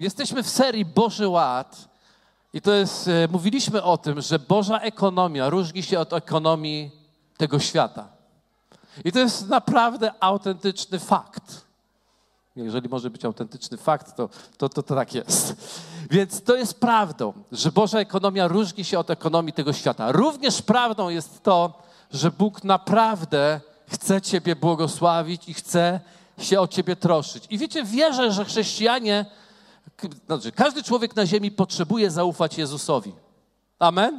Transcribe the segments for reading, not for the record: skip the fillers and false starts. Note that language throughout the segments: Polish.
Jesteśmy w serii Boży Ład i to jest, mówiliśmy o tym, że Boża ekonomia różni się od ekonomii tego świata. I to jest naprawdę autentyczny fakt. Jeżeli może być autentyczny fakt, to tak jest. Więc to jest prawdą, że Boża ekonomia różni się od ekonomii tego świata. Również prawdą jest to, że Bóg naprawdę chce Ciebie błogosławić i chce się o Ciebie troszczyć. I wiecie, wierzę, że chrześcijanie, znaczy każdy człowiek na ziemi potrzebuje zaufać Jezusowi. Amen?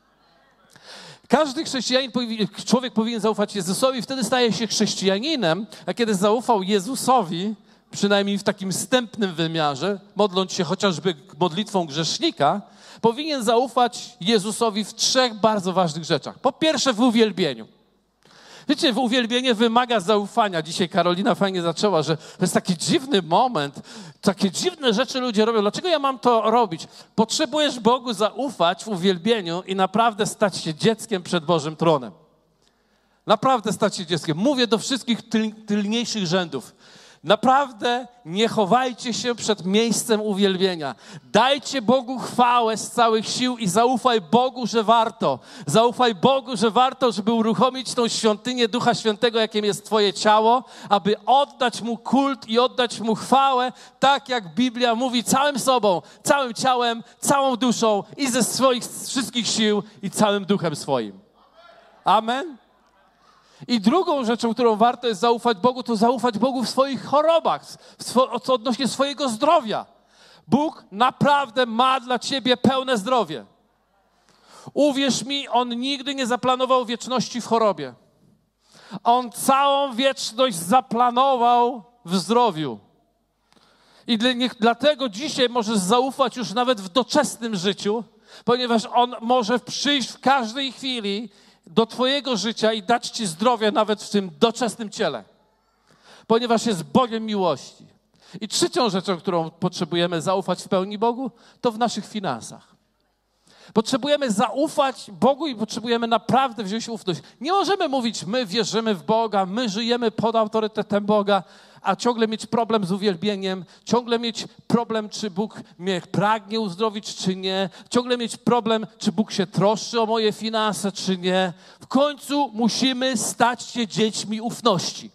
Każdy człowiek powinien zaufać Jezusowi, wtedy staje się chrześcijaninem, a kiedy zaufał Jezusowi, przynajmniej w takim wstępnym wymiarze, modląc się chociażby modlitwą grzesznika, powinien zaufać Jezusowi w 3 bardzo ważnych rzeczach. Po pierwsze w uwielbieniu. Wiecie, uwielbienie wymaga zaufania. Dzisiaj Karolina fajnie zaczęła, że to jest taki dziwny moment, takie dziwne rzeczy ludzie robią. Dlaczego ja mam to robić? Potrzebujesz Bogu zaufać w uwielbieniu i naprawdę stać się dzieckiem przed Bożym tronem. Naprawdę stać się dzieckiem. Mówię do wszystkich tylniejszych rzędów. Naprawdę nie chowajcie się przed miejscem uwielbienia. Dajcie Bogu chwałę z całych sił i zaufaj Bogu, że warto. Zaufaj Bogu, że warto, żeby uruchomić tą świątynię Ducha Świętego, jakim jest Twoje ciało, aby oddać Mu kult i oddać Mu chwałę, tak jak Biblia mówi, całym sobą, całym ciałem, całą duszą i ze swoich wszystkich sił i całym duchem swoim. Amen. I drugą rzeczą, którą warto jest zaufać Bogu, to zaufać Bogu w swoich chorobach, odnośnie swojego zdrowia. Bóg naprawdę ma dla ciebie pełne zdrowie. Uwierz mi, On nigdy nie zaplanował wieczności w chorobie. On całą wieczność zaplanował w zdrowiu. I dlatego dzisiaj możesz zaufać już nawet w doczesnym życiu, ponieważ On może przyjść w każdej chwili do twojego życia i dać ci zdrowie nawet w tym doczesnym ciele. Ponieważ jest Bogiem miłości. I trzecią rzeczą, którą potrzebujemy zaufać w pełni Bogu, to w naszych finansach. Potrzebujemy zaufać Bogu i potrzebujemy naprawdę wziąć ufność. Nie możemy mówić, my wierzymy w Boga, my żyjemy pod autorytetem Boga, a ciągle mieć problem z uwielbieniem, ciągle mieć problem, czy Bóg mnie pragnie uzdrowić, czy nie, ciągle mieć problem, czy Bóg się troszczy o moje finanse, czy nie. W końcu musimy stać się dziećmi ufności.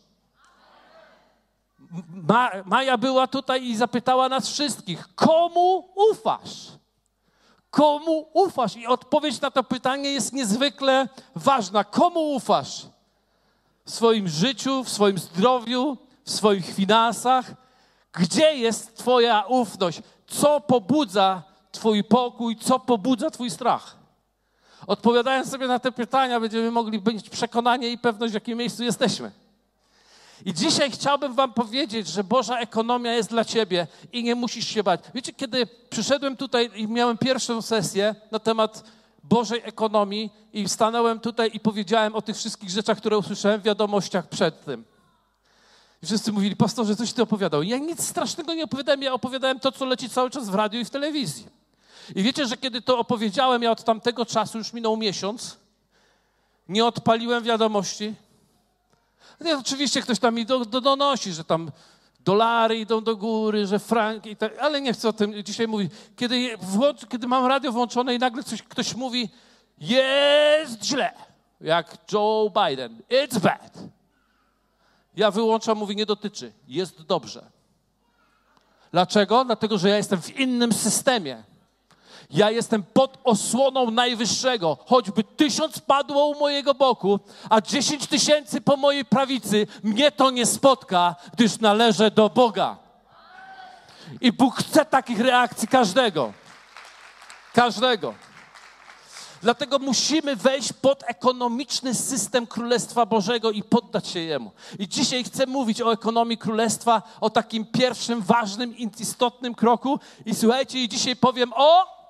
Maja była tutaj i zapytała nas wszystkich, komu ufasz? Komu ufasz? I odpowiedź na to pytanie jest niezwykle ważna. Komu ufasz? W swoim życiu, w swoim zdrowiu, w swoich finansach? Gdzie jest twoja ufność? Co pobudza twój pokój? Co pobudza twój strach? Odpowiadając sobie na te pytania, będziemy mogli mieć przekonanie i pewność, w jakim miejscu jesteśmy. I dzisiaj chciałbym wam powiedzieć, że Boża ekonomia jest dla ciebie i nie musisz się bać. Wiecie, kiedy przyszedłem tutaj i miałem pierwszą sesję na temat Bożej ekonomii i stanąłem tutaj i powiedziałem o tych wszystkich rzeczach, które usłyszałem w wiadomościach przed tym. I wszyscy mówili, pastorze, coś ty opowiadał. Ja nic strasznego nie opowiadałem, ja opowiadałem to, co leci cały czas w radiu i w telewizji. I wiecie, że kiedy to opowiedziałem, ja od tamtego czasu, już minął miesiąc, nie odpaliłem wiadomości. No, oczywiście ktoś tam mi donosi, że tam dolary idą do góry, że franki i tak, ale nie chcę o tym dzisiaj mówić. Kiedy mam radio włączone i nagle ktoś mówi, jest źle, jak Joe Biden, it's bad. Ja wyłączam, mówię, nie dotyczy, jest dobrze. Dlaczego? Dlatego, że ja jestem w innym systemie. Ja jestem pod osłoną Najwyższego. Choćby 1000 padło u mojego boku, a 10 000 po mojej prawicy, mnie to nie spotka, gdyż należę do Boga. I Bóg chce takich reakcji każdego. Każdego. Dlatego musimy wejść pod ekonomiczny system Królestwa Bożego i poddać się Jemu. I dzisiaj chcę mówić o ekonomii Królestwa, o takim pierwszym, ważnym, istotnym kroku. I słuchajcie, i dzisiaj powiem o...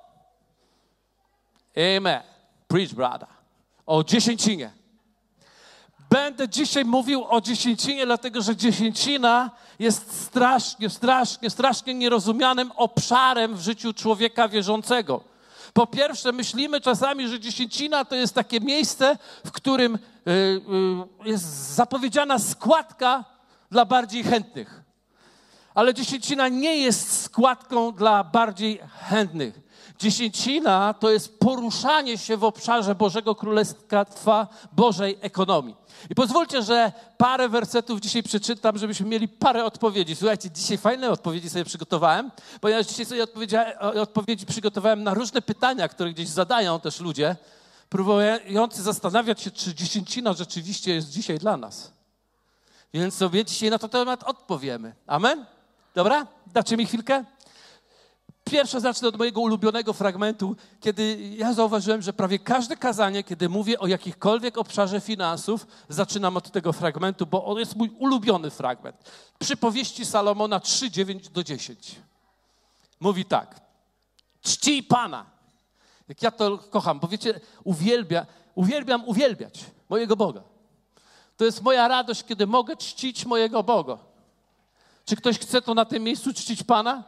Amen. Preach, brother. O dziesięcinie. Będę dzisiaj mówił o dziesięcinie, dlatego że dziesięcina jest strasznie nierozumianym obszarem w życiu człowieka wierzącego. Po pierwsze, myślimy czasami, że dziesięcina to jest takie miejsce, w którym jest zapowiedziana składka dla bardziej chętnych. Ale dziesięcina nie jest składką dla bardziej chętnych. Dziesięcina to jest poruszanie się w obszarze Bożego Królestwa, Bożej ekonomii. I pozwólcie, że parę wersetów dzisiaj przeczytam, żebyśmy mieli parę odpowiedzi. Słuchajcie, dzisiaj fajne odpowiedzi sobie przygotowałem, ponieważ dzisiaj sobie odpowiedzi przygotowałem na różne pytania, które gdzieś zadają też ludzie, próbujący zastanawiać się, czy dziesięcina rzeczywiście jest dzisiaj dla nas. Więc sobie dzisiaj na ten temat odpowiemy. Amen? Dobra? Dacie mi chwilkę? Pierwsze zacznę od mojego ulubionego fragmentu, kiedy ja zauważyłem, że prawie każde kazanie, kiedy mówię o jakichkolwiek obszarze finansów, zaczynam od tego fragmentu, bo on jest mój ulubiony fragment. Przypowieści Salomona 3, 9-10. Mówi tak. Czcij Pana. Jak ja to kocham, bo wiecie, uwielbiam uwielbiać mojego Boga. To jest moja radość, kiedy mogę czcić mojego Boga. Czy ktoś chce to na tym miejscu czcić Pana?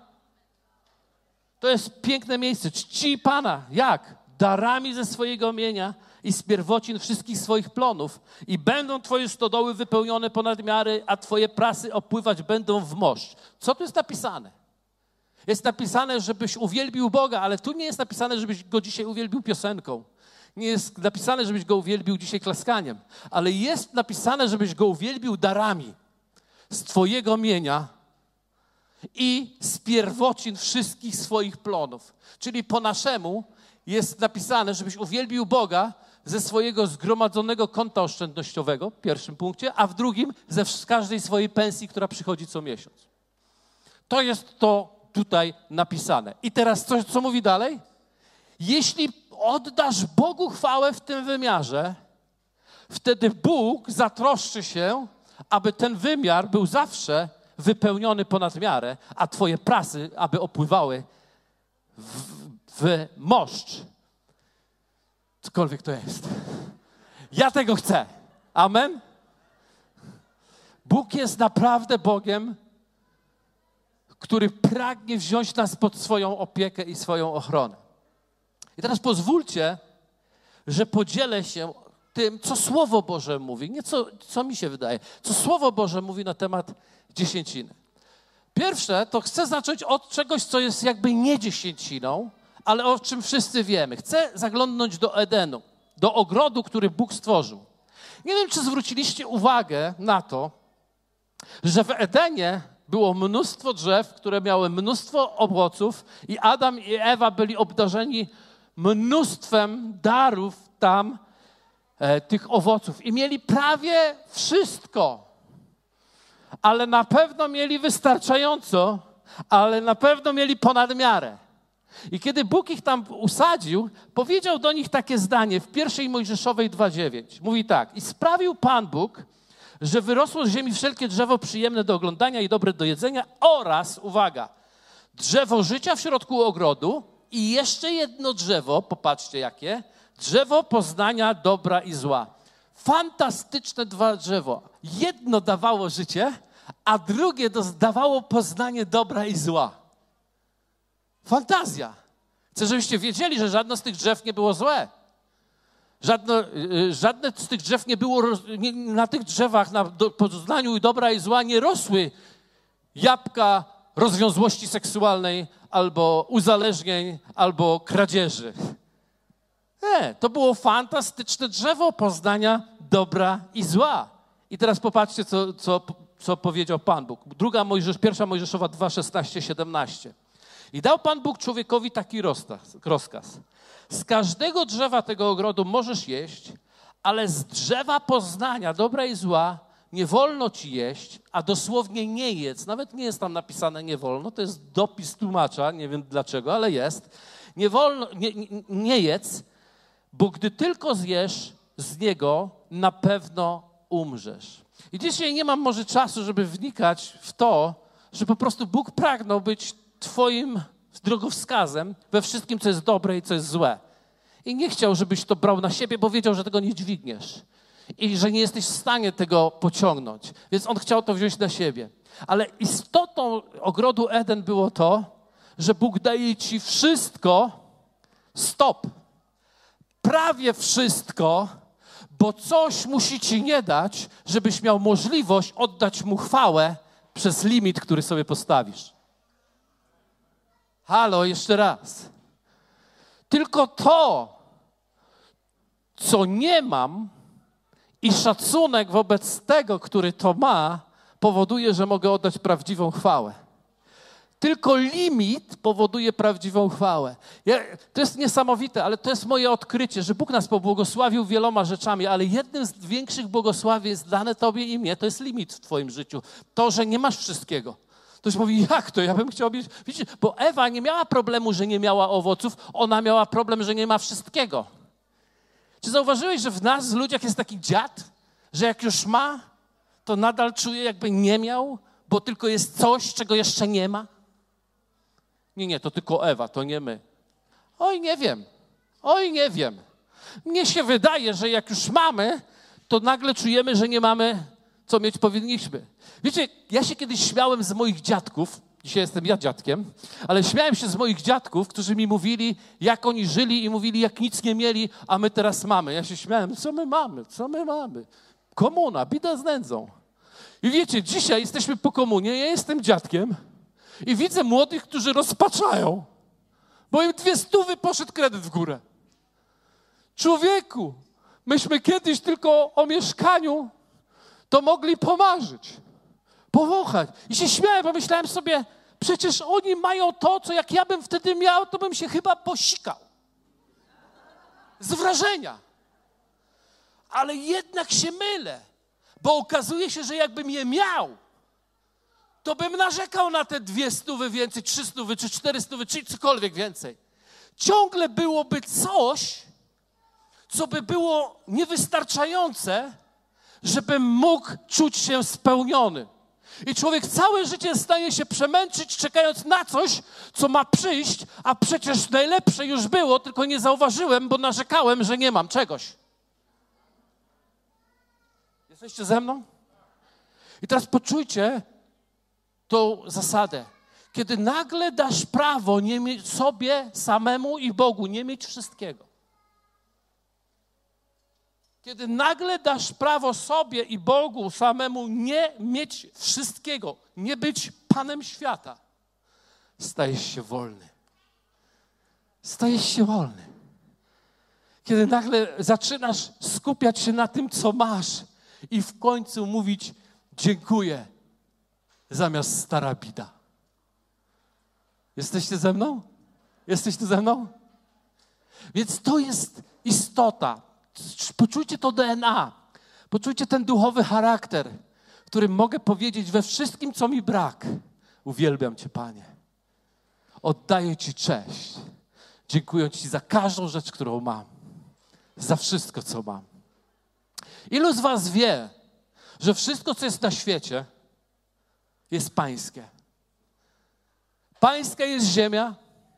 To jest piękne miejsce. Czci Pana. Jak? Darami ze swojego mienia i z pierwocin wszystkich swoich plonów. I będą twoje stodoły wypełnione ponad miary, a twoje prasy opływać będą w moszcz. Co tu jest napisane? Jest napisane, żebyś uwielbił Boga, ale tu nie jest napisane, żebyś Go dzisiaj uwielbił piosenką. Nie jest napisane, żebyś Go uwielbił dzisiaj klaskaniem. Ale jest napisane, żebyś Go uwielbił darami z twojego mienia i z pierwocin wszystkich swoich plonów. Czyli po naszemu jest napisane, żebyś uwielbił Boga ze swojego zgromadzonego konta oszczędnościowego, w pierwszym punkcie, a w drugim z każdej swojej pensji, która przychodzi co miesiąc. To jest to tutaj napisane. I teraz co mówi dalej? Jeśli oddasz Bogu chwałę w tym wymiarze, wtedy Bóg zatroszczy się, aby ten wymiar był zawsze wypełniony ponad miarę, a twoje prasy, aby opływały w moszcz. Cokolwiek to jest. Ja tego chcę. Amen? Bóg jest naprawdę Bogiem, który pragnie wziąć nas pod swoją opiekę i swoją ochronę. I teraz pozwólcie, że podzielę się tym, co Słowo Boże mówi, nie co mi się wydaje, co Słowo Boże mówi na temat dziesięciny. Pierwsze, to chcę zacząć od czegoś, co jest jakby nie dziesięciną, ale o czym wszyscy wiemy. Chcę zaglądnąć do Edenu, do ogrodu, który Bóg stworzył. Nie wiem, czy zwróciliście uwagę na to, że w Edenie było mnóstwo drzew, które miały mnóstwo owoców i Adam i Ewa byli obdarzeni mnóstwem darów tam, tych owoców. I mieli prawie wszystko. Ale na pewno mieli wystarczająco, ale na pewno mieli ponad miarę. I kiedy Bóg ich tam usadził, powiedział do nich takie zdanie w 1 Mojżeszowej 2:9. Mówi tak. I sprawił Pan Bóg, że wyrosło z ziemi wszelkie drzewo przyjemne do oglądania i dobre do jedzenia oraz, uwaga, drzewo życia w środku ogrodu i jeszcze jedno drzewo, popatrzcie jakie, drzewo poznania dobra i zła. Fantastyczne dwa drzewo. Jedno dawało życie, a drugie dawało poznanie dobra i zła. Fantazja. Chcę, żebyście wiedzieli, że żadne z tych drzew nie było złe. Żadne z tych drzew nie było, na tych drzewach, na poznaniu dobra i zła nie rosły jabłka rozwiązłości seksualnej, albo uzależnień, albo kradzieży. Nie, to było fantastyczne drzewo poznania dobra i zła. I teraz popatrzcie, co powiedział Pan Bóg. 1 Mojżeszowa 2, 16, 17. I dał Pan Bóg człowiekowi taki rozkaz. Z każdego drzewa tego ogrodu możesz jeść, ale z drzewa poznania dobra i zła nie wolno ci jeść, a dosłownie nie jedz. Nawet nie jest tam napisane nie wolno, to jest dopis tłumacza, nie wiem dlaczego, ale jest. Nie wolno, nie jedz, bo gdy tylko zjesz z niego, na pewno umrzesz. I dzisiaj nie mam może czasu, żeby wnikać w to, że po prostu Bóg pragnął być twoim drogowskazem we wszystkim, co jest dobre i co jest złe. I nie chciał, żebyś to brał na siebie, bo wiedział, że tego nie dźwigniesz. I że nie jesteś w stanie tego pociągnąć. Więc on chciał to wziąć na siebie. Ale istotą ogrodu Eden było to, że Bóg daje ci wszystko, stop, prawie wszystko, bo coś musi ci nie dać, żebyś miał możliwość oddać Mu chwałę przez limit, który sobie postawisz. Halo, jeszcze raz. Tylko to, co nie mam i szacunek wobec tego, który to ma, powoduje, że mogę oddać prawdziwą chwałę. Tylko limit powoduje prawdziwą chwałę. To jest niesamowite, ale to jest moje odkrycie, że Bóg nas pobłogosławił wieloma rzeczami, ale jednym z większych błogosławieństw dane Tobie i mnie, to jest limit w Twoim życiu. To, że nie masz wszystkiego. Ktoś mówi, jak to? Ja bym chciał mieć... Widzicie, bo Ewa nie miała problemu, że nie miała owoców, ona miała problem, że nie ma wszystkiego. Czy zauważyłeś, że w nas, ludziach, jest taki dziad, że jak już ma, to nadal czuje, jakby nie miał, bo tylko jest coś, czego jeszcze nie ma? Nie, to tylko Ewa, to nie my. Oj, nie wiem. Mnie się wydaje, że jak już mamy, to nagle czujemy, że nie mamy, co mieć powinniśmy. Wiecie, ja się kiedyś śmiałem z moich dziadków, dzisiaj jestem ja dziadkiem, ale śmiałem się z moich dziadków, którzy mi mówili, jak oni żyli i mówili, jak nic nie mieli, a my teraz mamy. Ja się śmiałem, co my mamy? Komuna, bida z nędzą. I wiecie, dzisiaj jesteśmy po komunie, ja jestem dziadkiem i widzę młodych, którzy rozpaczają, bo im 200 poszedł kredyt w górę. Człowieku, myśmy kiedyś tylko o mieszkaniu to mogli pomarzyć, powąchać. I się śmiałem, bo myślałem sobie, przecież oni mają to, co jak ja bym wtedy miał, to bym się chyba posikał. Z wrażenia. Ale jednak się mylę, bo okazuje się, że jakbym je miał, to bym narzekał na te 200 więcej, 300 czy 400, czy cokolwiek więcej. Ciągle byłoby coś, co by było niewystarczające, żebym mógł czuć się spełniony. I człowiek całe życie stanie się przemęczyć, czekając na coś, co ma przyjść, a przecież najlepsze już było, tylko nie zauważyłem, bo narzekałem, że nie mam czegoś. Jesteście ze mną? I teraz poczujcie tą zasadę. Kiedy nagle dasz prawo nie mieć sobie samemu i Bogu nie mieć wszystkiego. Kiedy nagle dasz prawo sobie i Bogu samemu nie mieć wszystkiego, nie być Panem świata, stajesz się wolny. Stajesz się wolny. Kiedy nagle zaczynasz skupiać się na tym, co masz i w końcu mówić dziękuję zamiast stara bida. Jesteście ze mną? Jesteście ze mną? Więc to jest istota. Poczujcie to DNA. Poczujcie ten duchowy charakter, w którym mogę powiedzieć we wszystkim, co mi brak. Uwielbiam Cię, Panie. Oddaję Ci cześć. Dziękuję Ci za każdą rzecz, którą mam. Za wszystko, co mam. Ilu z was wie, że wszystko, co jest na świecie, jest pańskie? Pańska jest ziemia,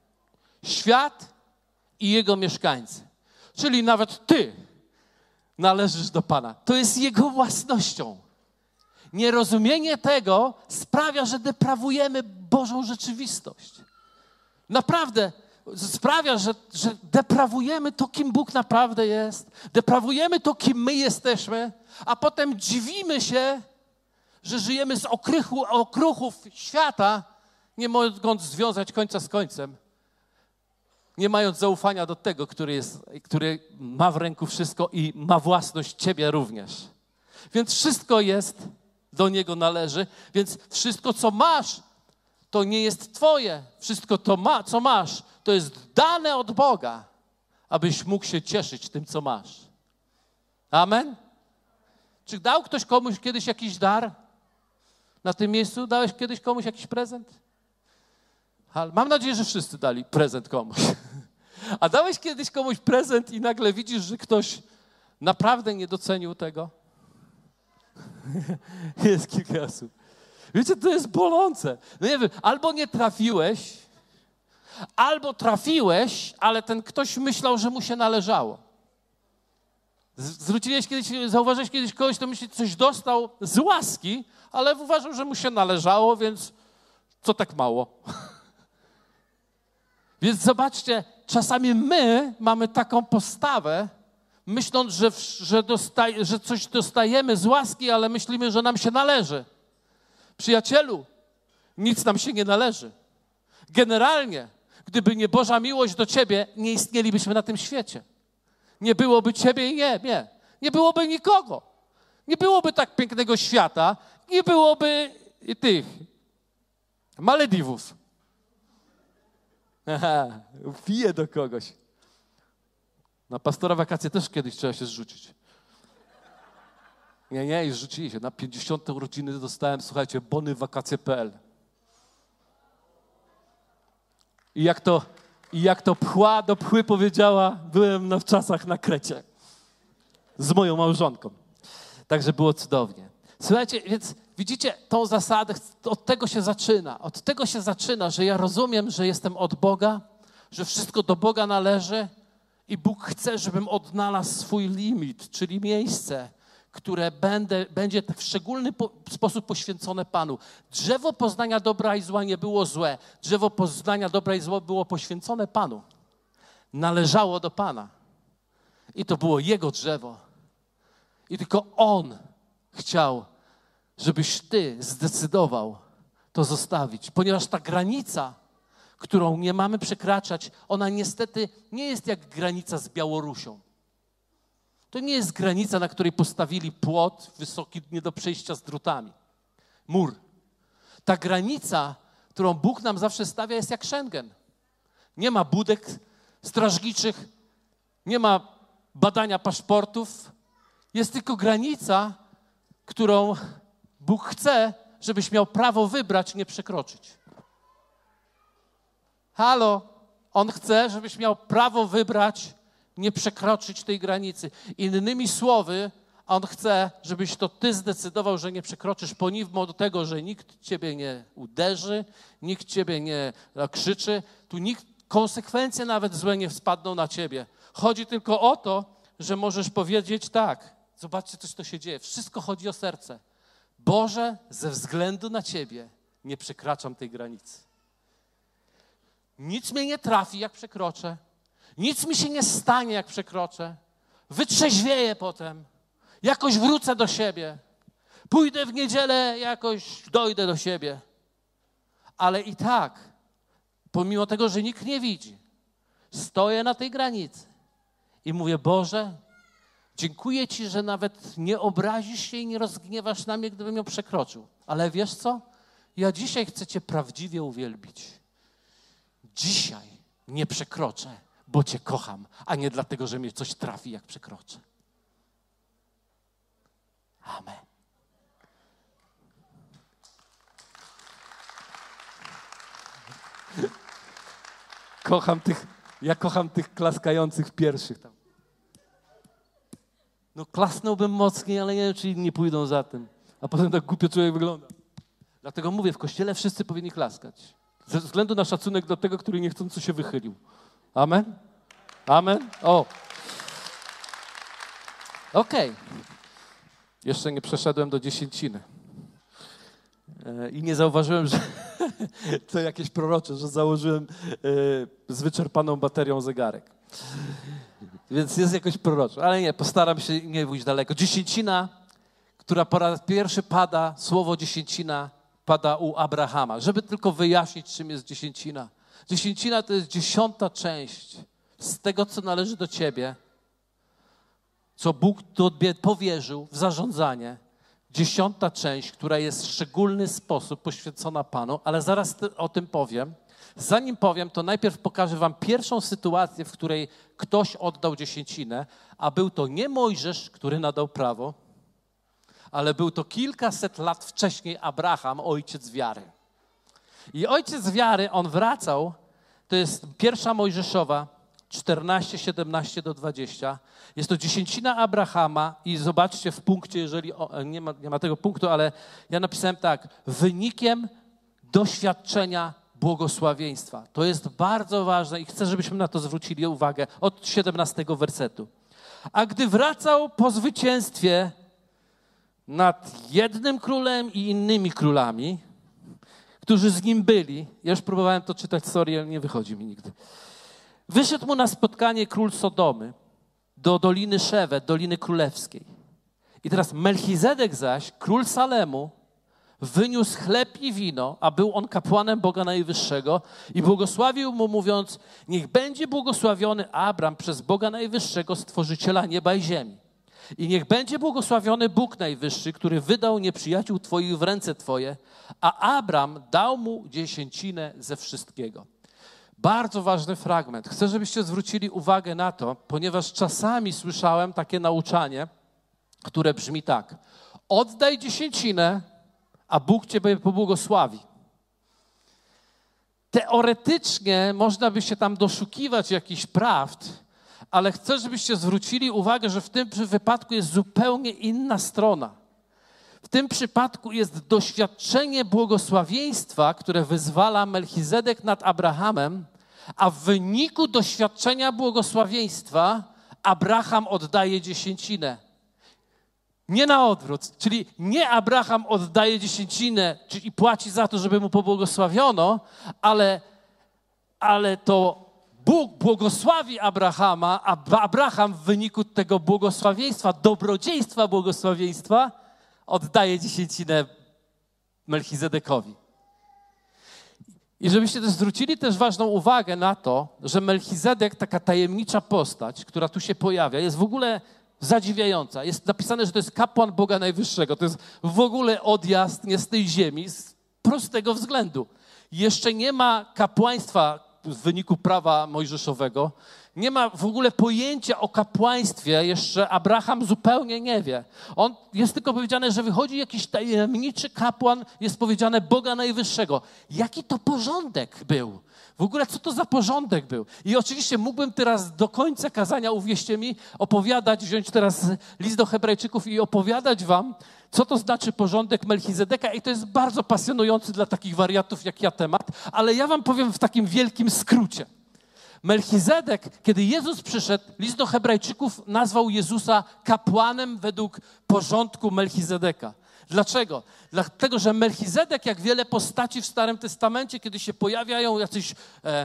świat i jego mieszkańcy. Czyli nawet ty należysz do Pana. To jest Jego własnością. Nierozumienie tego sprawia, że deprawujemy Bożą rzeczywistość. Naprawdę sprawia, że deprawujemy to, kim Bóg naprawdę jest. Deprawujemy to, kim my jesteśmy, a potem dziwimy się, że żyjemy z okruchów świata, nie mogąc związać końca z końcem. Nie mając zaufania do tego, który ma w ręku wszystko i ma własność Ciebie również. Więc wszystko jest, do Niego należy, więc wszystko, co masz, to nie jest Twoje. Wszystko, co masz, to jest dane od Boga, abyś mógł się cieszyć tym, co masz. Amen? Czy dał ktoś komuś kiedyś jakiś dar? Na tym miejscu dałeś kiedyś komuś jakiś prezent? Mam nadzieję, że wszyscy dali prezent komuś. A dałeś kiedyś komuś prezent i nagle widzisz, że ktoś naprawdę nie docenił tego? Jest kilka osób. Wiecie, to jest bolące. No nie wiem, albo nie trafiłeś, albo trafiłeś, ale ten ktoś myślał, że mu się należało. Zauważyłeś kiedyś kogoś, kto myśli, coś dostał z łaski, ale uważał, że mu się należało, więc co tak mało? Więc zobaczcie, czasami my mamy taką postawę, myśląc, że coś dostajemy z łaski, ale myślimy, że nam się należy. Przyjacielu, nic nam się nie należy. Generalnie, gdyby nie Boża miłość do ciebie, nie istnielibyśmy na tym świecie. Nie byłoby ciebie i nie. Nie byłoby nikogo. Nie byłoby tak pięknego świata, nie byłoby tych Malediwów. Aha, piję do kogoś. Na pastora wakacje też kiedyś trzeba się zrzucić. Nie, i zrzucili się. Na 50. urodziny dostałem, słuchajcie, bony wakacje.pl. I jak to pchła do pchły powiedziała, byłem na wczasach na Krecie z moją małżonką. Także było cudownie. Słuchajcie, więc widzicie tą zasadę, od tego się zaczyna. Od tego się zaczyna, że ja rozumiem, że jestem od Boga, że wszystko do Boga należy i Bóg chce, żebym odnalazł swój limit, czyli miejsce, które będzie w szczególny sposób poświęcone Panu. Drzewo poznania dobra i zła nie było złe. Drzewo poznania dobra i zła było poświęcone Panu. Należało do Pana. I to było Jego drzewo. I tylko On chciał, żebyś ty zdecydował to zostawić. Ponieważ ta granica, którą nie mamy przekraczać, ona niestety nie jest jak granica z Białorusią. To nie jest granica, na której postawili płot wysoki, nie do przejścia z drutami. Mur. Ta granica, którą Bóg nam zawsze stawia, jest jak Schengen. Nie ma budek strażniczych, nie ma badania paszportów. Jest tylko granica, którą Bóg chce, żebyś miał prawo wybrać, nie przekroczyć. Halo, On chce, żebyś miał prawo wybrać, nie przekroczyć tej granicy. Innymi słowy, On chce, żebyś to ty zdecydował, że nie przekroczysz, pomimo do tego, że nikt ciebie nie uderzy, nikt ciebie nie krzyczy, tu konsekwencje nawet złe nie spadną na ciebie. Chodzi tylko o to, że możesz powiedzieć tak. Zobaczcie, coś to się dzieje. Wszystko chodzi o serce. Boże, ze względu na Ciebie nie przekraczam tej granicy. Nic mnie nie trafi, jak przekroczę. Nic mi się nie stanie, jak przekroczę. Wytrzeźwieję potem. Jakoś wrócę do siebie. Pójdę w niedzielę, jakoś dojdę do siebie. Ale i tak, pomimo tego, że nikt nie widzi, stoję na tej granicy i mówię, Boże, dziękuję Ci, że nawet nie obrazisz się i nie rozgniewasz na mnie, gdybym ją przekroczył. Ale wiesz co? Ja dzisiaj chcę Cię prawdziwie uwielbić. Dzisiaj nie przekroczę, bo Cię kocham, a nie dlatego, że mnie coś trafi, jak przekroczę. Amen. Ja kocham tych klaskających pierwszych tam. No klasnąłbym mocniej, ale nie wiem, czy inni pójdą za tym. A potem tak głupio człowiek wygląda. Dlatego mówię, w Kościele wszyscy powinni klaskać. Ze względu na szacunek do tego, który niechcący się wychylił. Amen? Amen? O. Okej. Jeszcze nie przeszedłem do dziesięciny. I nie zauważyłem, że to jakieś prorocze, że założyłem z wyczerpaną baterią zegarek. Więc jest jakoś prorocze. Ale nie, postaram się nie pójść daleko. Dziesięcina, która po raz pierwszy pada, słowo dziesięcina pada u Abrahama. Żeby tylko wyjaśnić, czym jest dziesięcina. Dziesięcina to jest 10. część z tego, co należy do ciebie, co Bóg tobie powierzył w zarządzanie. 10. część, która jest w szczególny sposób poświęcona Panu, ale zaraz o tym powiem. Zanim powiem, to najpierw pokażę wam pierwszą sytuację, w której ktoś oddał dziesięcinę, a był to nie Mojżesz, który nadał prawo, ale był to kilkaset lat wcześniej Abraham, ojciec wiary. I ojciec wiary, on wracał, to jest 1 Mojżeszowa 14, 17 do 20. Jest to dziesięcina Abrahama i zobaczcie w punkcie, jeżeli nie ma tego punktu, ale ja napisałem tak, wynikiem doświadczenia błogosławieństwa. To jest bardzo ważne i chcę, żebyśmy na to zwrócili uwagę od 17 wersetu. A gdy wracał po zwycięstwie nad jednym królem i innymi królami, którzy z nim byli, ja już próbowałem to czytać, sorry, ale nie wychodzi mi nigdy. Wyszedł mu na spotkanie król Sodomy do Doliny Szewet, Doliny Królewskiej. I teraz Melchizedek zaś, król Salemu, wyniósł chleb i wino, a był on kapłanem Boga Najwyższego i błogosławił mu, mówiąc: niech będzie błogosławiony Abram przez Boga Najwyższego, Stworzyciela nieba i ziemi. I niech będzie błogosławiony Bóg Najwyższy, który wydał nieprzyjaciół Twoich w ręce Twoje, a Abram dał mu dziesięcinę ze wszystkiego. Bardzo ważny fragment. Chcę, żebyście zwrócili uwagę na to, ponieważ czasami słyszałem takie nauczanie, które brzmi tak: oddaj dziesięcinę, a Bóg Ciebie pobłogosławi. Teoretycznie można by się tam doszukiwać jakichś prawd, ale chcę, żebyście zwrócili uwagę, że w tym wypadku jest zupełnie inna strona. W tym przypadku jest doświadczenie błogosławieństwa, które wyzwala Melchizedek nad Abrahamem, a w wyniku doświadczenia błogosławieństwa Abraham oddaje dziesięcinę. Nie na odwrót, czyli nie Abraham oddaje dziesięcinę i płaci za to, żeby mu pobłogosławiono, ale to Bóg błogosławi Abrahama, a Abraham w wyniku tego błogosławieństwa, dobrodziejstwa błogosławieństwa oddaje dziesięcinę Melchizedekowi. I żebyście też zwrócili też ważną uwagę na to, że Melchizedek, taka tajemnicza postać, która tu się pojawia, jest w ogóle zadziwiająca. Jest napisane, że to jest kapłan Boga Najwyższego. To jest w ogóle odjazd nie z tej ziemi z prostego względu. Jeszcze nie ma kapłaństwa w wyniku prawa mojżeszowego. Nie ma w ogóle pojęcia o kapłaństwie. Jeszcze Abraham zupełnie nie wie. Jest tylko powiedziane, że wychodzi jakiś tajemniczy kapłan, jest powiedziane Boga Najwyższego. Jaki to porządek był? W ogóle co to za porządek był? I oczywiście mógłbym teraz do końca kazania, uwierzcie mi, wziąć teraz list do Hebrajczyków i opowiadać wam, co to znaczy porządek Melchizedeka. I to jest bardzo pasjonujący dla takich wariatów jak ja temat, ale ja wam powiem w takim wielkim skrócie. Melchizedek, kiedy Jezus przyszedł, list do Hebrajczyków nazwał Jezusa kapłanem według porządku Melchizedeka. Dlaczego? Dlatego, że Melchizedek, jak wiele postaci w Starym Testamencie, kiedy się pojawiają jacyś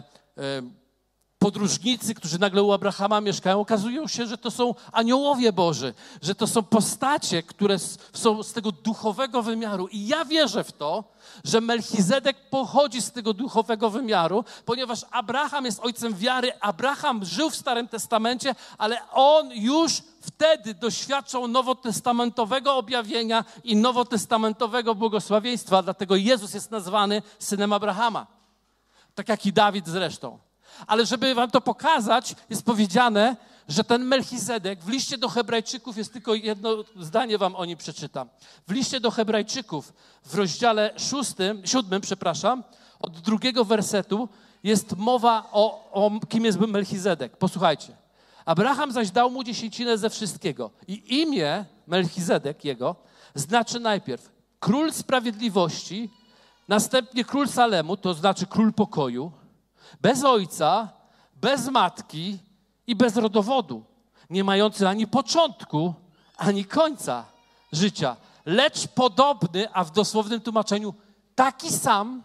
podróżnicy, którzy nagle u Abrahama mieszkają, okazują się, że to są aniołowie Boży, że to są postacie, które są z tego duchowego wymiaru. I ja wierzę w to, że Melchizedek pochodzi z tego duchowego wymiaru, ponieważ Abraham jest ojcem wiary. Abraham żył w Starym Testamencie, ale on już wtedy doświadczał nowotestamentowego objawienia i nowotestamentowego błogosławieństwa. Dlatego Jezus jest nazwany synem Abrahama. Tak jak i Dawid zresztą. Ale żeby wam to pokazać, jest powiedziane, że ten Melchizedek w liście do Hebrajczyków, jest tylko jedno zdanie wam o nim przeczytam. W liście do Hebrajczyków w rozdziale 7, od 2 wersetu jest mowa o kim jest Melchizedek. Posłuchajcie. Abraham zaś dał mu dziesięcinę ze wszystkiego. I imię Melchizedek jego znaczy najpierw król sprawiedliwości, następnie król Salemu, to znaczy król pokoju, bez ojca, bez matki i bez rodowodu, nie mający ani początku, ani końca życia, lecz podobny, a w dosłownym tłumaczeniu taki sam,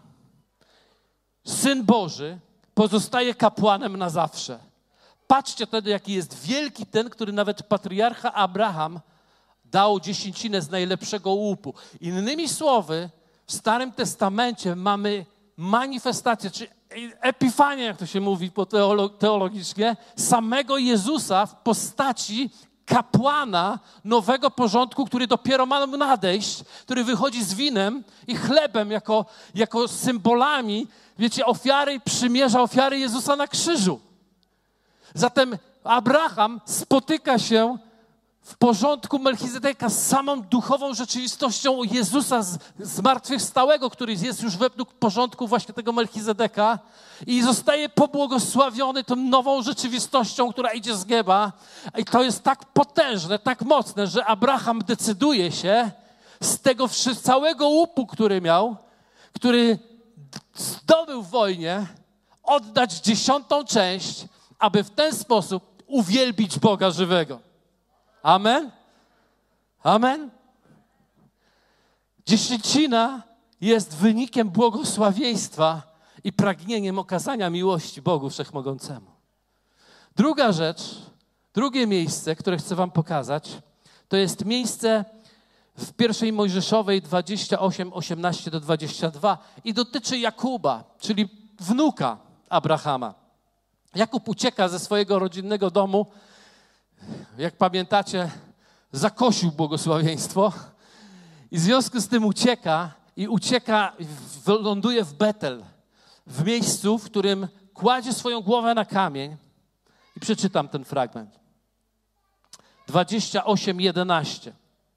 Syn Boży, pozostaje kapłanem na zawsze. Patrzcie wtedy, jaki jest wielki ten, który nawet patriarcha Abraham dał dziesięcinę z najlepszego łupu. Innymi słowy, w Starym Testamencie mamy manifestację, czy epifanię, jak to się mówi teologicznie, samego Jezusa w postaci kapłana nowego porządku, który dopiero ma nadejść, który wychodzi z winem i chlebem jako symbolami, wiecie, ofiary przymierza, ofiary Jezusa na krzyżu. Zatem Abraham spotyka się w porządku Melchizedeka z samą duchową rzeczywistością Jezusa zmartwychwstałego, który jest już według porządku właśnie tego Melchizedeka i zostaje pobłogosławiony tą nową rzeczywistością, która idzie z nieba. I to jest tak potężne, tak mocne, że Abraham decyduje się z tego całego łupu, który miał, który zdobył w wojnie, oddać 10. część, aby w ten sposób uwielbić Boga żywego. Amen? Amen? Dziesięcina jest wynikiem błogosławieństwa i pragnieniem okazania miłości Bogu Wszechmogącemu. Druga rzecz, drugie miejsce, które chcę wam pokazać, to jest miejsce w pierwszej Mojżeszowej 28, 18-22 i dotyczy Jakuba, czyli wnuka Abrahama. Jakub ucieka ze swojego rodzinnego domu, jak pamiętacie, zakosił błogosławieństwo i w związku z tym ucieka, ląduje w Betel, w miejscu, w którym kładzie swoją głowę na kamień. I przeczytam ten fragment. 28:11.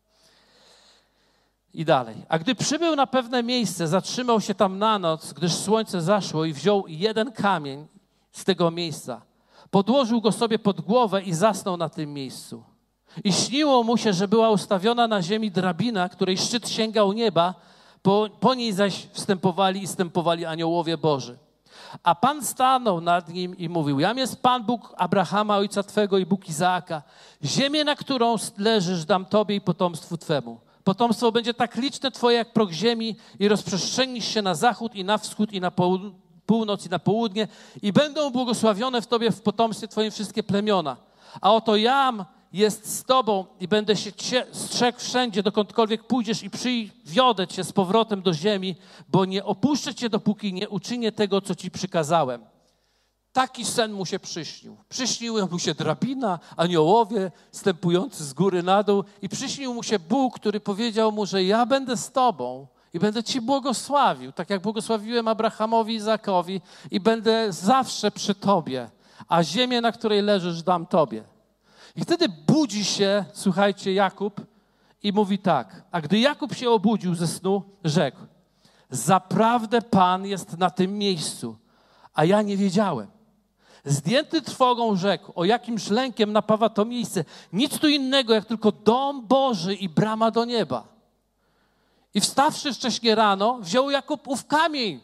I dalej. A gdy przybył na pewne miejsce, zatrzymał się tam na noc, gdyż słońce zaszło i wziął jeden kamień z tego miejsca. Podłożył go sobie pod głowę i zasnął na tym miejscu. I śniło mu się, że była ustawiona na ziemi drabina, której szczyt sięgał nieba, po niej zaś wstępowali aniołowie Boży. A Pan stanął nad nim i mówił: Jam jest Pan Bóg Abrahama, ojca Twego i Bóg Izaaka. Ziemię, na którą leżysz, dam Tobie i potomstwu Twemu. Potomstwo będzie tak liczne Twoje jak próg ziemi i rozprzestrzenisz się na zachód i na wschód i na północ i na południe i będą błogosławione w Tobie w potomstwie Twoim wszystkie plemiona. A oto Jam jest z Tobą i będę się strzegł wszędzie, dokądkolwiek pójdziesz i przywiodę Cię z powrotem do ziemi, bo nie opuszczę Cię, dopóki nie uczynię tego, co Ci przykazałem. Taki sen mu się przyśnił. Przyśniła mu się drabina, aniołowie stępujący z góry na dół i przyśnił mu się Bóg, który powiedział mu, że ja będę z Tobą i będę Ci błogosławił, tak jak błogosławiłem Abrahamowi i Izakowi i będę zawsze przy Tobie, a ziemię, na której leżysz, dam Tobie. I wtedy budzi się, słuchajcie, Jakub i mówi tak. A gdy Jakub się obudził ze snu, rzekł: zaprawdę Pan jest na tym miejscu, a ja nie wiedziałem. Zdjęty trwogą rzekł: o jakimż lękiem napawa to miejsce. Nic tu innego, jak tylko dom Boży i brama do nieba. I wstawszy wcześnie rano, wziął Jakub ów kamień,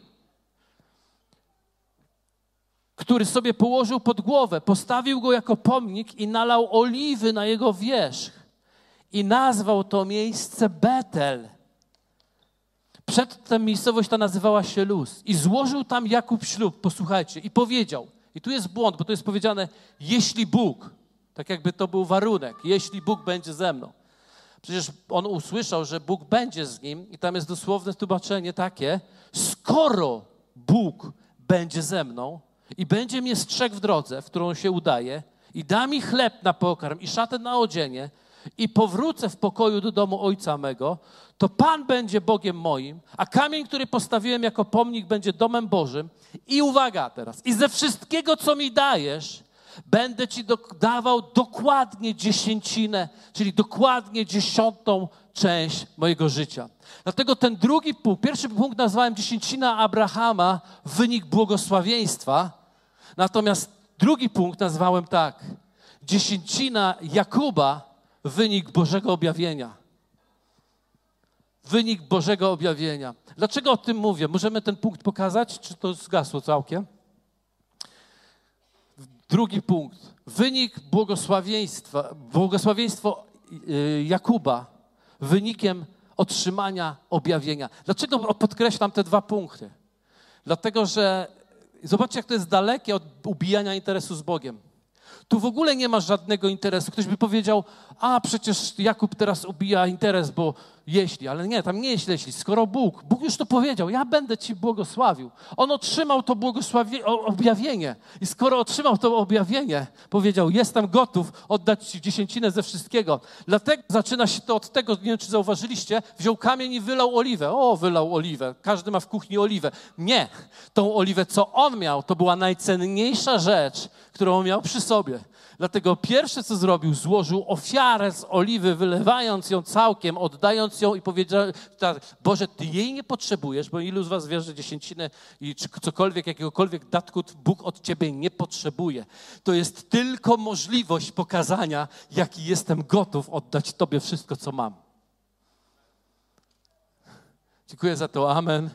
który sobie położył pod głowę, postawił go jako pomnik i nalał oliwy na jego wierzch i nazwał to miejsce Betel. Przedtem miejscowość ta nazywała się Luz i złożył tam Jakub ślub, posłuchajcie, i powiedział, i tu jest błąd, bo to jest powiedziane, jeśli Bóg, tak jakby to był warunek, jeśli Bóg będzie ze mną. Przecież on usłyszał, że Bóg będzie z nim i tam jest dosłowne tłumaczenie takie, skoro Bóg będzie ze mną, i będzie mnie strzegł w drodze, w którą się udaje, i da mi chleb na pokarm i szatę na odzienie, i powrócę w pokoju do domu ojca mego, to Pan będzie Bogiem moim, a kamień, który postawiłem jako pomnik, będzie domem Bożym. I uwaga teraz, i ze wszystkiego, co mi dajesz, będę Ci dawał dokładnie dziesięcinę, czyli dokładnie 10. część mojego życia. Dlatego ten drugi punkt, pierwszy punkt nazwałem dziesięcina Abrahama, wynik błogosławieństwa, natomiast drugi punkt nazwałem tak, dziesięcina Jakuba, wynik Bożego objawienia. Wynik Bożego objawienia. Dlaczego o tym mówię? Możemy ten punkt pokazać, czy to zgasło całkiem? Drugi punkt. Wynik błogosławieństwa, błogosławieństwo Jakuba, wynikiem otrzymania objawienia. Dlaczego podkreślam te 2 punkty? Dlatego, że zobaczcie, jak to jest dalekie od ubijania interesu z Bogiem. Tu w ogóle nie ma żadnego interesu. Ktoś by powiedział, a przecież Jakub teraz ubija interes, bo jeśli, ale nie, tam nie jest jeśli. Skoro Bóg już to powiedział, ja będę Ci błogosławił. On otrzymał to objawienie i skoro otrzymał to objawienie, powiedział, jestem gotów oddać Ci dziesięcinę ze wszystkiego. Dlatego zaczyna się to od tego, nie wiem, czy zauważyliście, wziął kamień i wylał oliwę. O, wylał oliwę. Każdy ma w kuchni oliwę. Nie, tą oliwę, co on miał, to była najcenniejsza rzecz, którą miał przy sobie. Dlatego pierwsze, co zrobił, złożył ofiarę z oliwy, wylewając ją całkiem, oddając ją i powiedział, Boże, Ty jej nie potrzebujesz, bo ilu z was wie, że dziesięcinę i czy cokolwiek, jakiegokolwiek datku Bóg od Ciebie nie potrzebuje. To jest tylko możliwość pokazania, jaki jestem gotów oddać Tobie wszystko, co mam. Dziękuję za to, amen.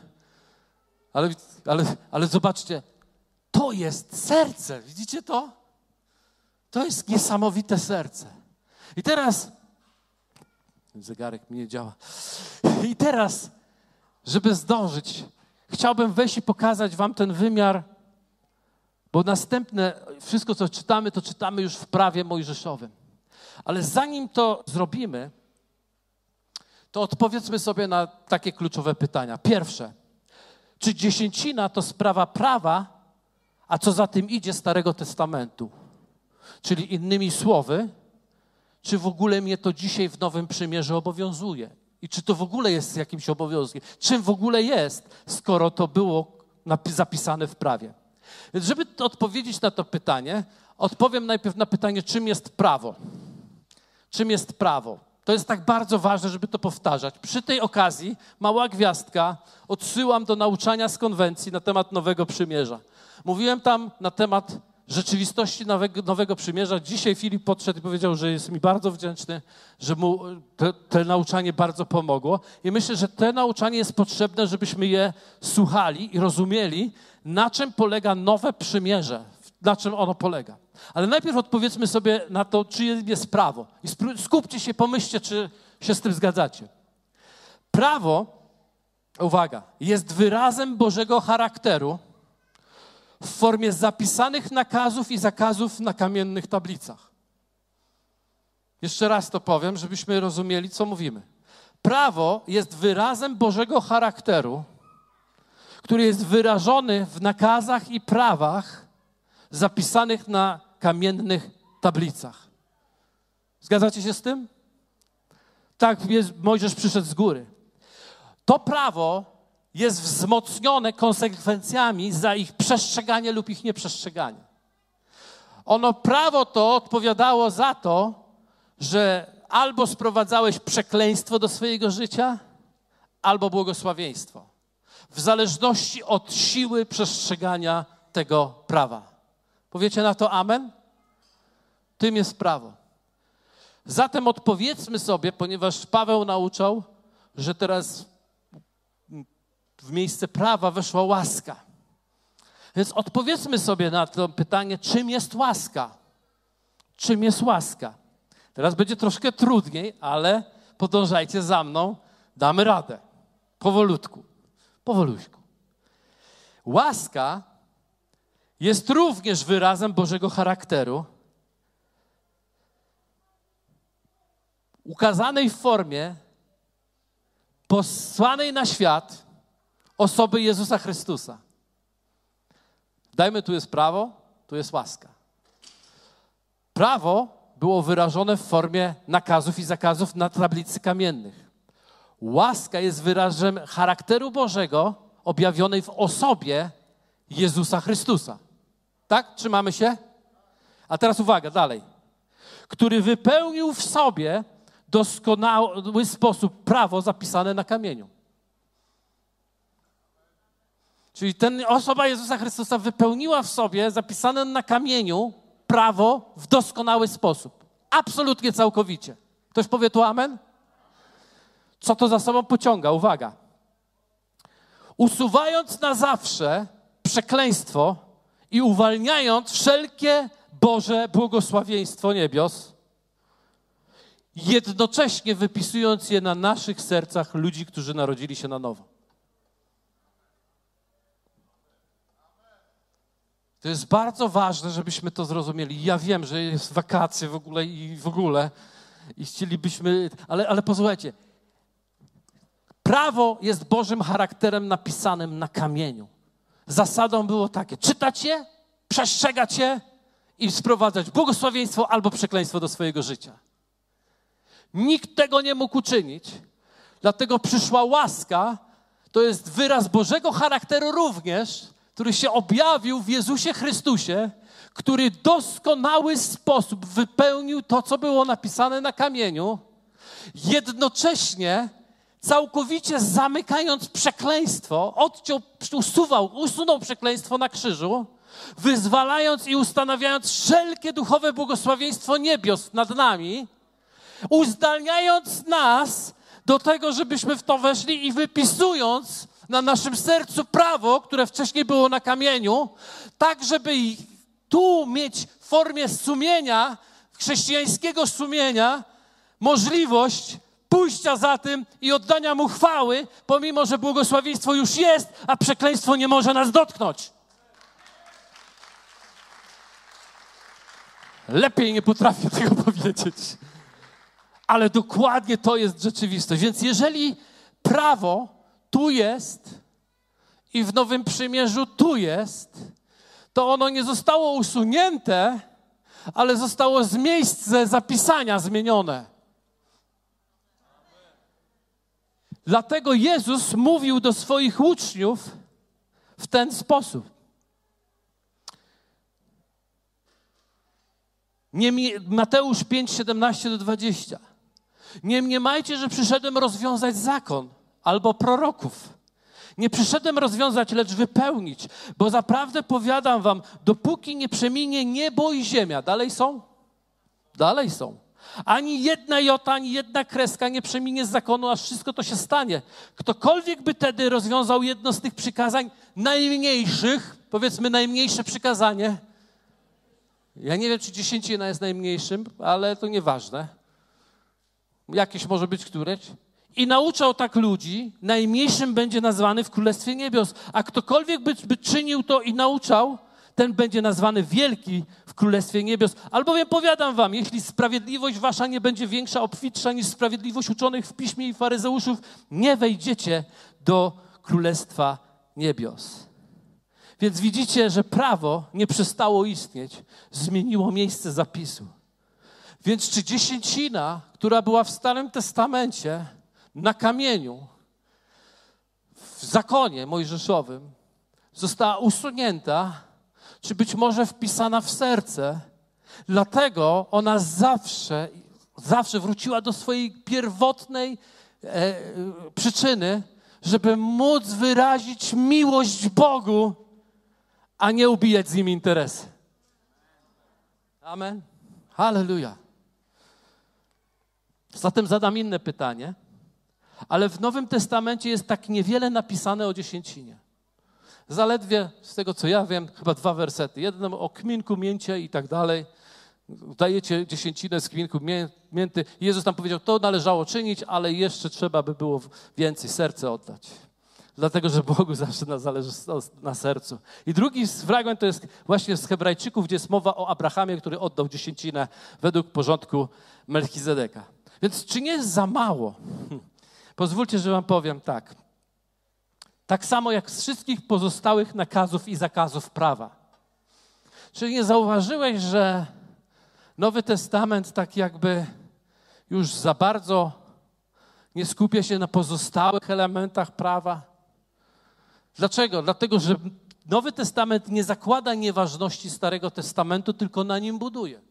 Ale zobaczcie, to jest serce, widzicie to? To jest niesamowite serce. I teraz, zegarek mi nie działa. I teraz, żeby zdążyć, chciałbym wejść i pokazać wam ten wymiar, bo następne, wszystko co czytamy, to czytamy już w prawie mojżeszowym. Ale zanim to zrobimy, to odpowiedzmy sobie na takie kluczowe pytania. Pierwsze, czy dziesięcina to sprawa prawa, a co za tym idzie Starego Testamentu? Czyli innymi słowy, czy w ogóle mnie to dzisiaj w Nowym Przymierzu obowiązuje? I czy to w ogóle jest jakimś obowiązkiem? Czym w ogóle jest, skoro to było zapisane w prawie? Więc żeby odpowiedzieć na to pytanie, odpowiem najpierw na pytanie, czym jest prawo? Czym jest prawo? To jest tak bardzo ważne, żeby to powtarzać. Przy tej okazji, mała gwiazdka, odsyłam do nauczania z konwencji na temat Nowego Przymierza. Mówiłem tam na temat rzeczywistości Nowego Przymierza. Dzisiaj Filip podszedł i powiedział, że jest mi bardzo wdzięczny, że mu to nauczanie bardzo pomogło. I myślę, że to nauczanie jest potrzebne, żebyśmy je słuchali i rozumieli, na czym polega Nowe Przymierze, na czym ono polega. Ale najpierw odpowiedzmy sobie na to, czyje jest prawo. I skupcie się, pomyślcie, czy się z tym zgadzacie. Prawo, uwaga, jest wyrazem Bożego charakteru w formie zapisanych nakazów i zakazów na kamiennych tablicach. Jeszcze raz to powiem, żebyśmy rozumieli, co mówimy. Prawo jest wyrazem Bożego charakteru, który jest wyrażony w nakazach i prawach zapisanych na kamiennych tablicach. Zgadzacie się z tym? Tak, Mojżesz przyszedł z góry. To prawo jest wzmocnione konsekwencjami za ich przestrzeganie lub ich nieprzestrzeganie. Prawo to odpowiadało za to, że albo sprowadzałeś przekleństwo do swojego życia, albo błogosławieństwo. W zależności od siły przestrzegania tego prawa. Powiecie na to amen? Tym jest prawo. Zatem odpowiedzmy sobie, ponieważ Paweł nauczał, że teraz w miejsce prawa weszła łaska. Więc odpowiedzmy sobie na to pytanie, czym jest łaska? Czym jest łaska? Teraz będzie troszkę trudniej, ale podążajcie za mną, damy radę. Powolutku, powoluśku. Łaska jest również wyrazem Bożego charakteru, ukazanej w formie posłanej na świat osoby Jezusa Chrystusa. Dajmy, tu jest prawo, tu jest łaska. Prawo było wyrażone w formie nakazów i zakazów na tablicy kamiennych. Łaska jest wyrazem charakteru Bożego objawionej w osobie Jezusa Chrystusa. Tak? Trzymamy się? A teraz uwaga, dalej. Który wypełnił w sobie doskonały sposób prawo zapisane na kamieniu. Czyli osoba Jezusa Chrystusa wypełniła w sobie zapisane na kamieniu prawo w doskonały sposób. Absolutnie, całkowicie. Ktoś powie tu amen? Co to za sobą pociąga? Uwaga. Usuwając na zawsze przekleństwo i uwalniając wszelkie Boże błogosławieństwo niebios, jednocześnie wypisując je na naszych sercach ludzi, którzy narodzili się na nowo. To jest bardzo ważne, żebyśmy to zrozumieli. Ja wiem, że jest wakacje w ogóle i chcielibyśmy, ale posłuchajcie. Prawo jest Bożym charakterem napisanym na kamieniu. Zasadą było takie, czytać je, przestrzegać je i sprowadzać błogosławieństwo albo przekleństwo do swojego życia. Nikt tego nie mógł uczynić, dlatego przyszła łaska, to jest wyraz Bożego charakteru również, który się objawił w Jezusie Chrystusie, który w doskonały sposób wypełnił to, co było napisane na kamieniu, jednocześnie całkowicie zamykając przekleństwo, usunął przekleństwo na krzyżu, wyzwalając i ustanawiając wszelkie duchowe błogosławieństwo niebios nad nami, uzdalniając nas do tego, żebyśmy w to weszli i wypisując na naszym sercu prawo, które wcześniej było na kamieniu, tak żeby tu mieć w formie sumienia, chrześcijańskiego sumienia, możliwość pójścia za tym i oddania mu chwały, pomimo że błogosławieństwo już jest, a przekleństwo nie może nas dotknąć. Lepiej nie potrafię tego powiedzieć. Ale dokładnie to jest rzeczywistość. Więc jeżeli prawo tu jest i w Nowym Przymierzu tu jest, to ono nie zostało usunięte, ale zostało z miejsca zapisania zmienione. Dlatego Jezus mówił do swoich uczniów w ten sposób. Mateusz 5, 17-20. Nie mniemajcie, że przyszedłem rozwiązać zakon albo proroków. Nie przyszedłem rozwiązać, lecz wypełnić. Bo zaprawdę powiadam wam, dopóki nie przeminie niebo i ziemia. Dalej są? Dalej są. Ani jedna jota, ani jedna kreska nie przeminie z zakonu, aż wszystko to się stanie. Ktokolwiek by tedy rozwiązał jedno z tych przykazań najmniejszych, powiedzmy najmniejsze przykazanie. Ja nie wiem, czy dziesięcina jest najmniejszym, ale to nieważne. Jakieś może być któreś. I nauczał tak ludzi, najmniejszym będzie nazwany w Królestwie Niebios. A ktokolwiek by czynił to i nauczał, ten będzie nazwany wielki w Królestwie Niebios. Albowiem powiadam wam, jeśli sprawiedliwość wasza nie będzie większa, obfitsza niż sprawiedliwość uczonych w piśmie i faryzeuszów, nie wejdziecie do Królestwa Niebios. Więc widzicie, że prawo nie przestało istnieć, zmieniło miejsce zapisu. Więc czy dziesięcina, która była w Starym Testamencie na kamieniu, w zakonie mojżeszowym, została usunięta, czy być może wpisana w serce, dlatego ona zawsze wróciła do swojej pierwotnej przyczyny, żeby móc wyrazić miłość Bogu, a nie ubijać z nim interesy. Amen. Halleluja. Zatem zadam inne pytanie, ale w Nowym Testamencie jest tak niewiele napisane o dziesięcinie. Zaledwie, z tego co ja wiem, chyba 2 wersety. Jeden o kminku, mięcie i tak dalej. Dajecie dziesięcinę z kminku, mięty. Jezus tam powiedział, to należało czynić, ale jeszcze trzeba by było więcej, serce oddać. Dlatego, że Bogu zawsze zależy na sercu. I drugi fragment to jest właśnie z Hebrajczyków, gdzie jest mowa o Abrahamie, który oddał dziesięcinę według porządku Melchizedeka. Więc czy nie jest za mało? Pozwólcie, że wam powiem tak. Tak samo jak z wszystkich pozostałych nakazów i zakazów prawa. Czy nie zauważyłeś, że Nowy Testament tak jakby już za bardzo nie skupia się na pozostałych elementach prawa? Dlaczego? Dlatego, że Nowy Testament nie zakłada nieważności Starego Testamentu, tylko na nim buduje.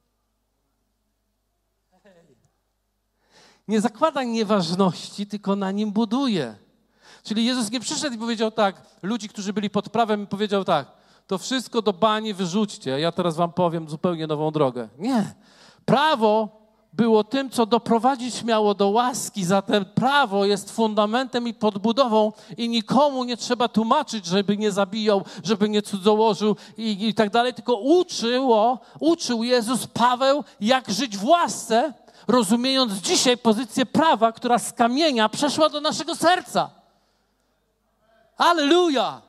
Nie zakłada nieważności, tylko na nim buduje. Czyli Jezus nie przyszedł i powiedział tak, ludzi, którzy byli pod prawem, powiedział tak, to wszystko do bani wyrzućcie, ja teraz wam powiem zupełnie nową drogę. Nie. Prawo było tym, co doprowadzić miało do łaski, zatem prawo jest fundamentem i podbudową i nikomu nie trzeba tłumaczyć, żeby nie zabijał, żeby nie cudzołożył i tak dalej, tylko uczył Jezus Paweł, jak żyć w łasce, rozumiejąc dzisiaj pozycję prawa, która z kamienia przeszła do naszego serca. Halleluja!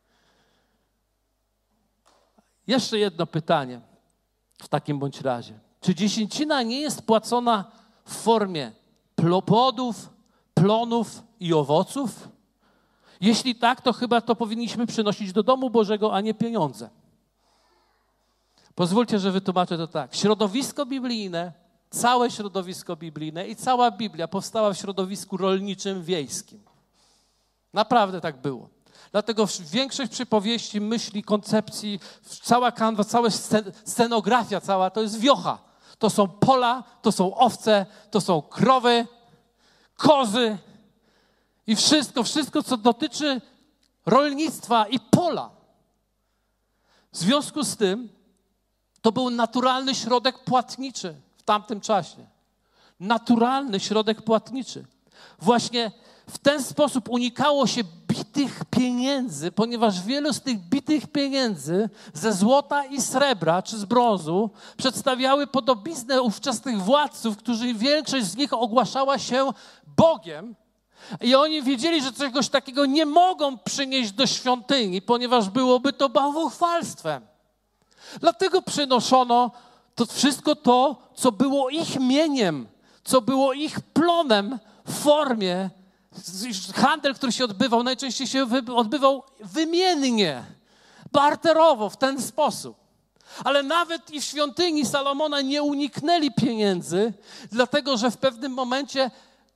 Jeszcze jedno pytanie w takim bądź razie. Czy dziesięcina nie jest płacona w formie plodów, plonów i owoców? Jeśli tak, to chyba to powinniśmy przynosić do domu Bożego, a nie pieniądze. Pozwólcie, że wytłumaczę to tak. Środowisko biblijne, całe środowisko biblijne i cała Biblia powstała w środowisku rolniczym, wiejskim. Naprawdę tak było. Dlatego większość przypowieści, myśli, koncepcji, cała kanwa, cała scenografia cała to jest wiocha. To są pola, to są owce, to są krowy, kozy i wszystko, co dotyczy rolnictwa i pola. W związku z tym to był naturalny środek płatniczy w tamtym czasie. Naturalny środek płatniczy. Właśnie w ten sposób unikało się bitych pieniędzy, ponieważ wielu z tych bitych pieniędzy ze złota i srebra czy z brązu przedstawiały podobiznę ówczesnych władców, którzy większość z nich ogłaszała się Bogiem i oni wiedzieli, że czegoś takiego nie mogą przynieść do świątyni, ponieważ byłoby to bałwochwalstwem. Dlatego przynoszono to wszystko to, co było ich mieniem, co było ich plonem w formie, handel, który się odbywał, najczęściej się odbywał wymiennie, barterowo, w ten sposób. Ale nawet i w świątyni Salomona nie uniknęli pieniędzy, dlatego że w pewnym momencie,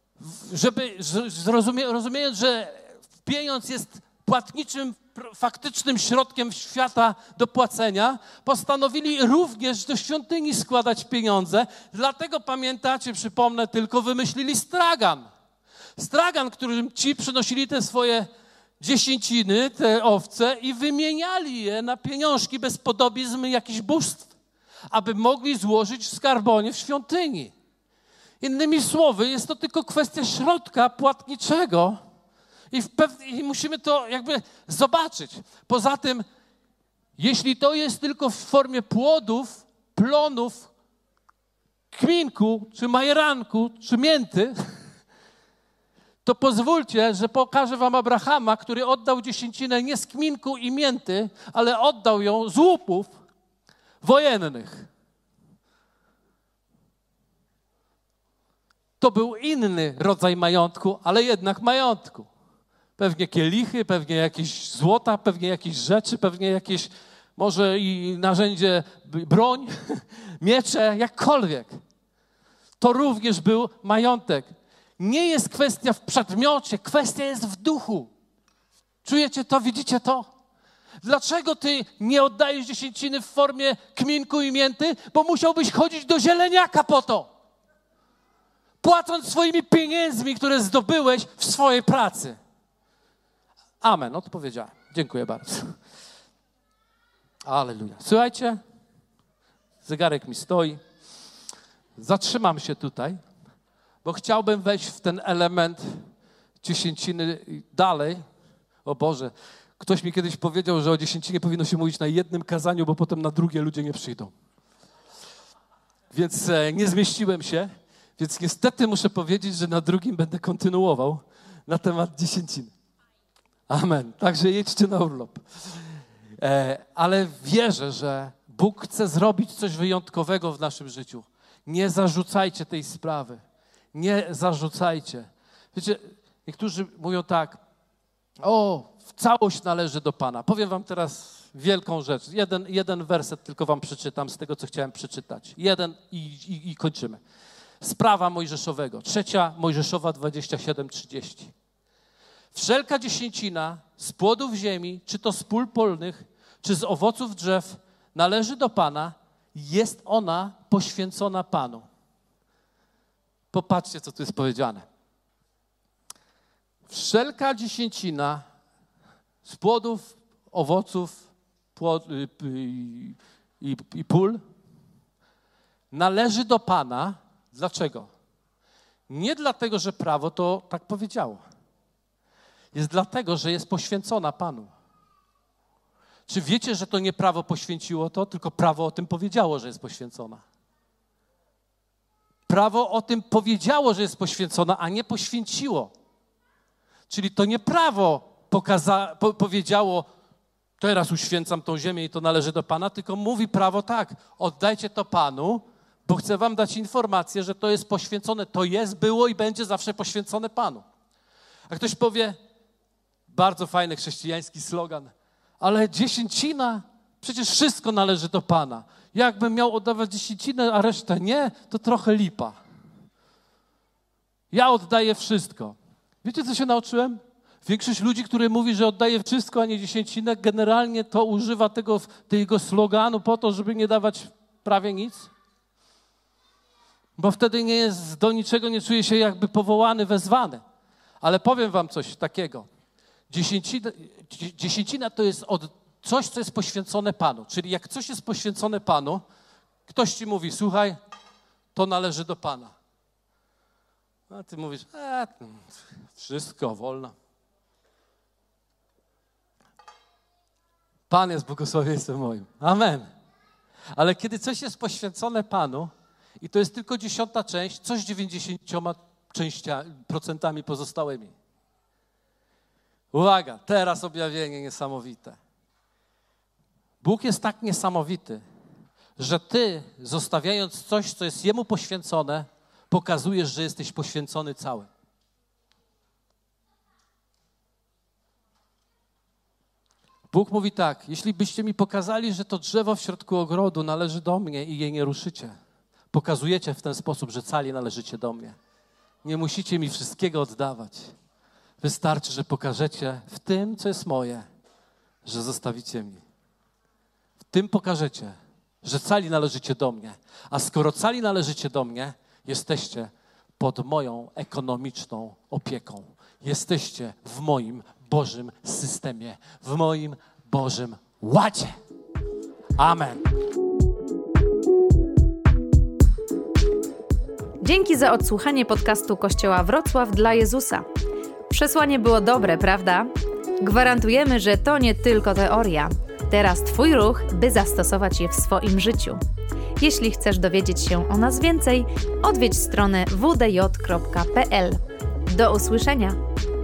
rozumiejąc, że pieniądz jest płatniczym, faktycznym środkiem świata do płacenia, postanowili również do świątyni składać pieniądze. Dlatego pamiętacie, przypomnę tylko, wymyślili stragan. Stragan, którym ci przynosili te swoje dziesięciny, te owce i wymieniali je na pieniążki bez podobizn jakichś bóstw, aby mogli złożyć w skarbonie w świątyni. Innymi słowy, jest to tylko kwestia środka płatniczego i musimy to jakby zobaczyć. Poza tym, jeśli to jest tylko w formie płodów, plonów, kminku, czy majeranku, czy mięty, to pozwólcie, że pokażę wam Abrahama, który oddał dziesięcinę nie z kminku i mięty, ale oddał ją z łupów wojennych. To był inny rodzaj majątku, ale jednak majątku. Pewnie kielichy, pewnie jakieś złota, pewnie jakieś rzeczy, pewnie jakieś może i narzędzie, broń, miecze, jakkolwiek. To również był majątek. Nie jest kwestia w przedmiocie, kwestia jest w duchu. Czujecie to, widzicie to? Dlaczego ty nie oddajesz dziesięciny w formie kminku i mięty? Bo musiałbyś chodzić do zieleniaka po to. Płacąc swoimi pieniędzmi, które zdobyłeś w swojej pracy. Amen, odpowiedziałem. Dziękuję bardzo. Alleluja. Słuchajcie, zegarek mi stoi. Zatrzymam się tutaj, bo chciałbym wejść w ten element dziesięciny dalej. O Boże, ktoś mi kiedyś powiedział, że o dziesięcinie powinno się mówić na jednym kazaniu, bo potem na drugie ludzie nie przyjdą. Więc nie zmieściłem się, więc niestety muszę powiedzieć, że na drugim będę kontynuował na temat dziesięciny. Amen. Także jedźcie na urlop. Ale wierzę, że Bóg chce zrobić coś wyjątkowego w naszym życiu. Nie zarzucajcie tej sprawy. Nie zarzucajcie. Wiecie, niektórzy mówią tak, całość należy do Pana. Powiem wam teraz wielką rzecz. Jeden werset tylko wam przeczytam z tego, co chciałem przeczytać. Jeden i kończymy. Sprawa Mojżeszowego. 3 Mojżeszowa 27:30. Wszelka dziesięcina z płodów ziemi, czy to z pól polnych, czy z owoców drzew, należy do Pana, jest ona poświęcona Panu. Popatrzcie, co tu jest powiedziane. Wszelka dziesięcina z płodów, owoców i pól należy do Pana. Dlaczego? Nie dlatego, że prawo to tak powiedziało. Jest dlatego, że jest poświęcona Panu. Czy wiecie, że to nie prawo poświęciło to, tylko prawo o tym powiedziało, że jest poświęcona? Prawo o tym powiedziało, że jest poświęcona, a nie poświęciło. Czyli to nie prawo powiedziało, teraz uświęcam tą ziemię i to należy do Pana, tylko mówi prawo tak, oddajcie to Panu, bo chcę wam dać informację, że to jest poświęcone. To jest, było i będzie zawsze poświęcone Panu. A ktoś powie, bardzo fajny chrześcijański slogan, ale dziesięcina, przecież wszystko należy do Pana. Jakbym miał oddawać dziesięcinę, a resztę nie, to trochę lipa. Ja oddaję wszystko. Wiecie, co się nauczyłem? Większość ludzi, który mówi, że oddaje wszystko, a nie dziesięcinę, generalnie to używa tego sloganu po to, żeby nie dawać prawie nic. Bo wtedy nie jest, do niczego nie czuje się jakby powołany, wezwany. Ale powiem wam coś takiego. Dziesięcina to jest coś, co jest poświęcone Panu. Czyli jak coś jest poświęcone Panu, ktoś ci mówi, słuchaj, to należy do Pana. A ty mówisz, wszystko wolno. Pan jest błogosławieństwem moim. Amen. Ale kiedy coś jest poświęcone Panu i to jest tylko 10. część, coś 90% pozostałymi. Uwaga, teraz objawienie niesamowite. Bóg jest tak niesamowity, że ty, zostawiając coś, co jest Jemu poświęcone, Pokazujesz, że jesteś poświęcony cały. Bóg mówi tak, jeśli byście mi pokazali, że to drzewo w środku ogrodu należy do mnie i jej nie ruszycie, pokazujecie w ten sposób, że cali należycie do mnie. Nie musicie mi wszystkiego oddawać. Wystarczy, że pokażecie w tym, co jest moje, że zostawicie mi. W tym pokażecie, że cali należycie do mnie. A skoro cali należycie do mnie, jesteście pod moją ekonomiczną opieką. Jesteście w moim Bożym systemie, w moim Bożym ładzie. Amen. Dzięki za odsłuchanie podcastu Kościoła Wrocław dla Jezusa. Przesłanie było dobre, prawda? Gwarantujemy, że to nie tylko teoria. Teraz Twój ruch, by zastosować je w swoim życiu. Jeśli chcesz dowiedzieć się o nas więcej, odwiedź stronę wdj.pl. Do usłyszenia!